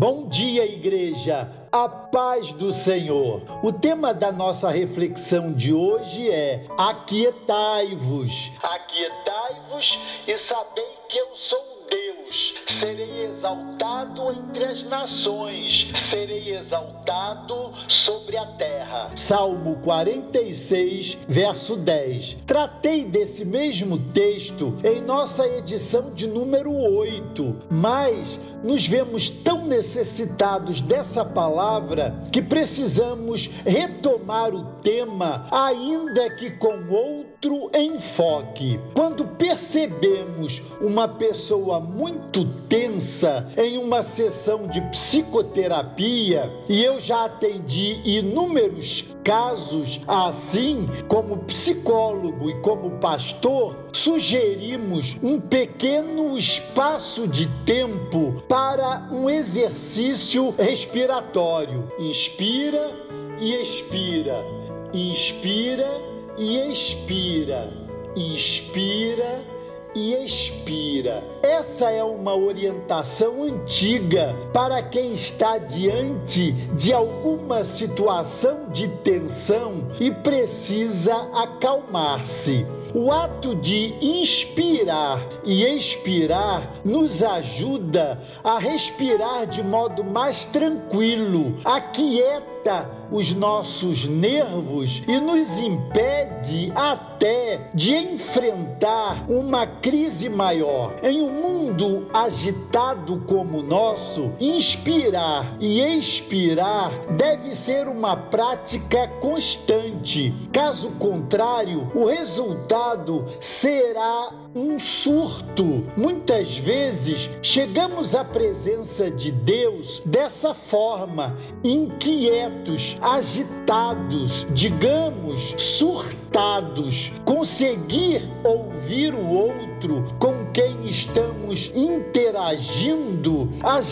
Bom dia, igreja! A paz do Senhor! O tema da nossa reflexão de hoje é: aquietai-vos. Aquietai-vos e sabei que eu sou Deus. Serei exaltado entre as nações, serei exaltado sobre a terra. Salmo 46, verso 10. Tratei desse mesmo texto em nossa edição de número 8, mas nos vemos tão necessitados dessa palavra que precisamos retomar o tema, ainda que com outro enfoque. Quando percebemos uma pessoa muito tensa em uma sessão de psicoterapia, e eu já atendi inúmeros casos assim, como psicólogo e como pastor, sugerimos um pequeno espaço de tempo para um exercício respiratório. Inspira e expira. Inspira e expira. Inspira e expira. Essa é uma orientação antiga para quem está diante de alguma situação de tensão e precisa acalmar-se. O ato de inspirar e expirar nos ajuda a respirar de modo mais tranquilo, aquieta os nossos nervos e nos impede até de enfrentar uma crise maior. Em um mundo agitado como o nosso, inspirar e expirar deve ser uma prática constante. Caso contrário, o resultado será um surto. Muitas vezes chegamos à presença de Deus dessa forma, inquietos, agitados, digamos, surtados. Conseguir ouvir o outro com quem estamos interagindo,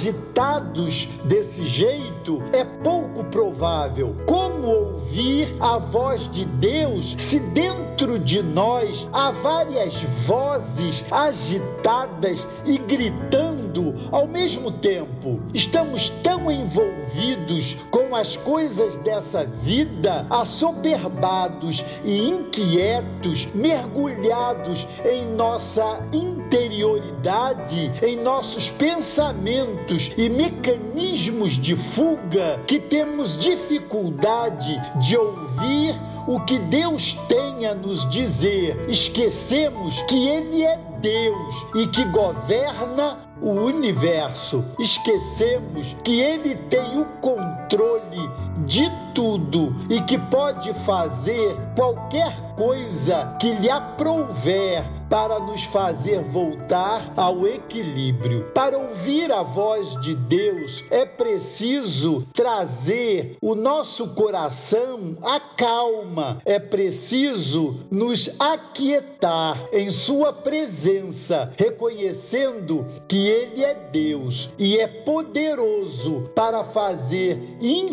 agitados desse jeito, é pouco provável. Como ouvir a voz de Deus se dentro de nós há várias vozes agitadas e gritando ao mesmo tempo? Estamos tão envolvidos com as coisas dessa vida, assoberbados e inquietos, mergulhados em nossa interioridade, em nossos pensamentos e mecanismos de fuga, que temos dificuldade de ouvir o que Deus tem a nos dizer. Esquecemos que Ele é Deus e que governa o universo. Esquecemos que Ele tem o controle de tudo e que pode fazer qualquer coisa que lhe aprouver para nos fazer voltar ao equilíbrio. Para ouvir a voz de Deus, é preciso trazer o nosso coração à calma. É preciso nos aquietar em sua presença, reconhecendo que Ele é Deus e é poderoso para fazer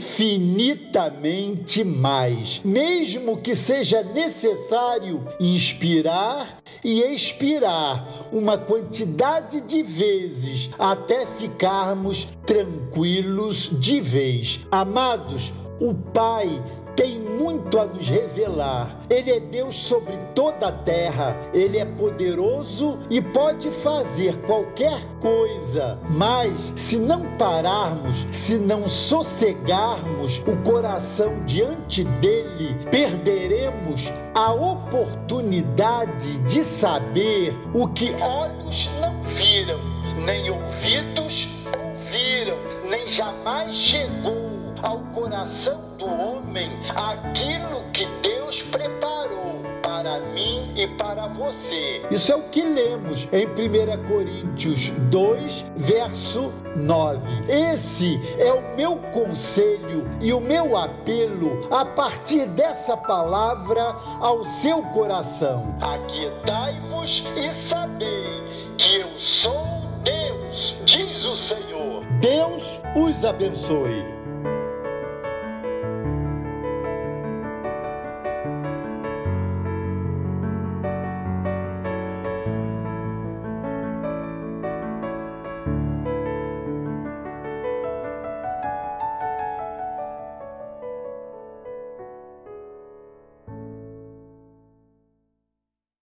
infinitamente mais, mesmo que seja necessário inspirar e expirar uma quantidade de vezes até ficarmos tranquilos de vez. Amados, o Pai tem muito a nos revelar. Ele é Deus sobre toda a terra. Ele é poderoso e pode fazer qualquer coisa. Mas se não pararmos, se não sossegarmos o coração diante dele, perderemos a oportunidade de saber o que olhos não viram, nem ouvidos ouviram, nem jamais chegou ao coração do homem aquilo que Deus preparou para mim e para você. Isso é o que lemos em 1 Coríntios 2, verso 9. Esse é o meu conselho e o meu apelo a partir dessa palavra ao seu coração. Aquietai-vos e sabei que eu sou Deus, diz o Senhor. Deus os abençoe.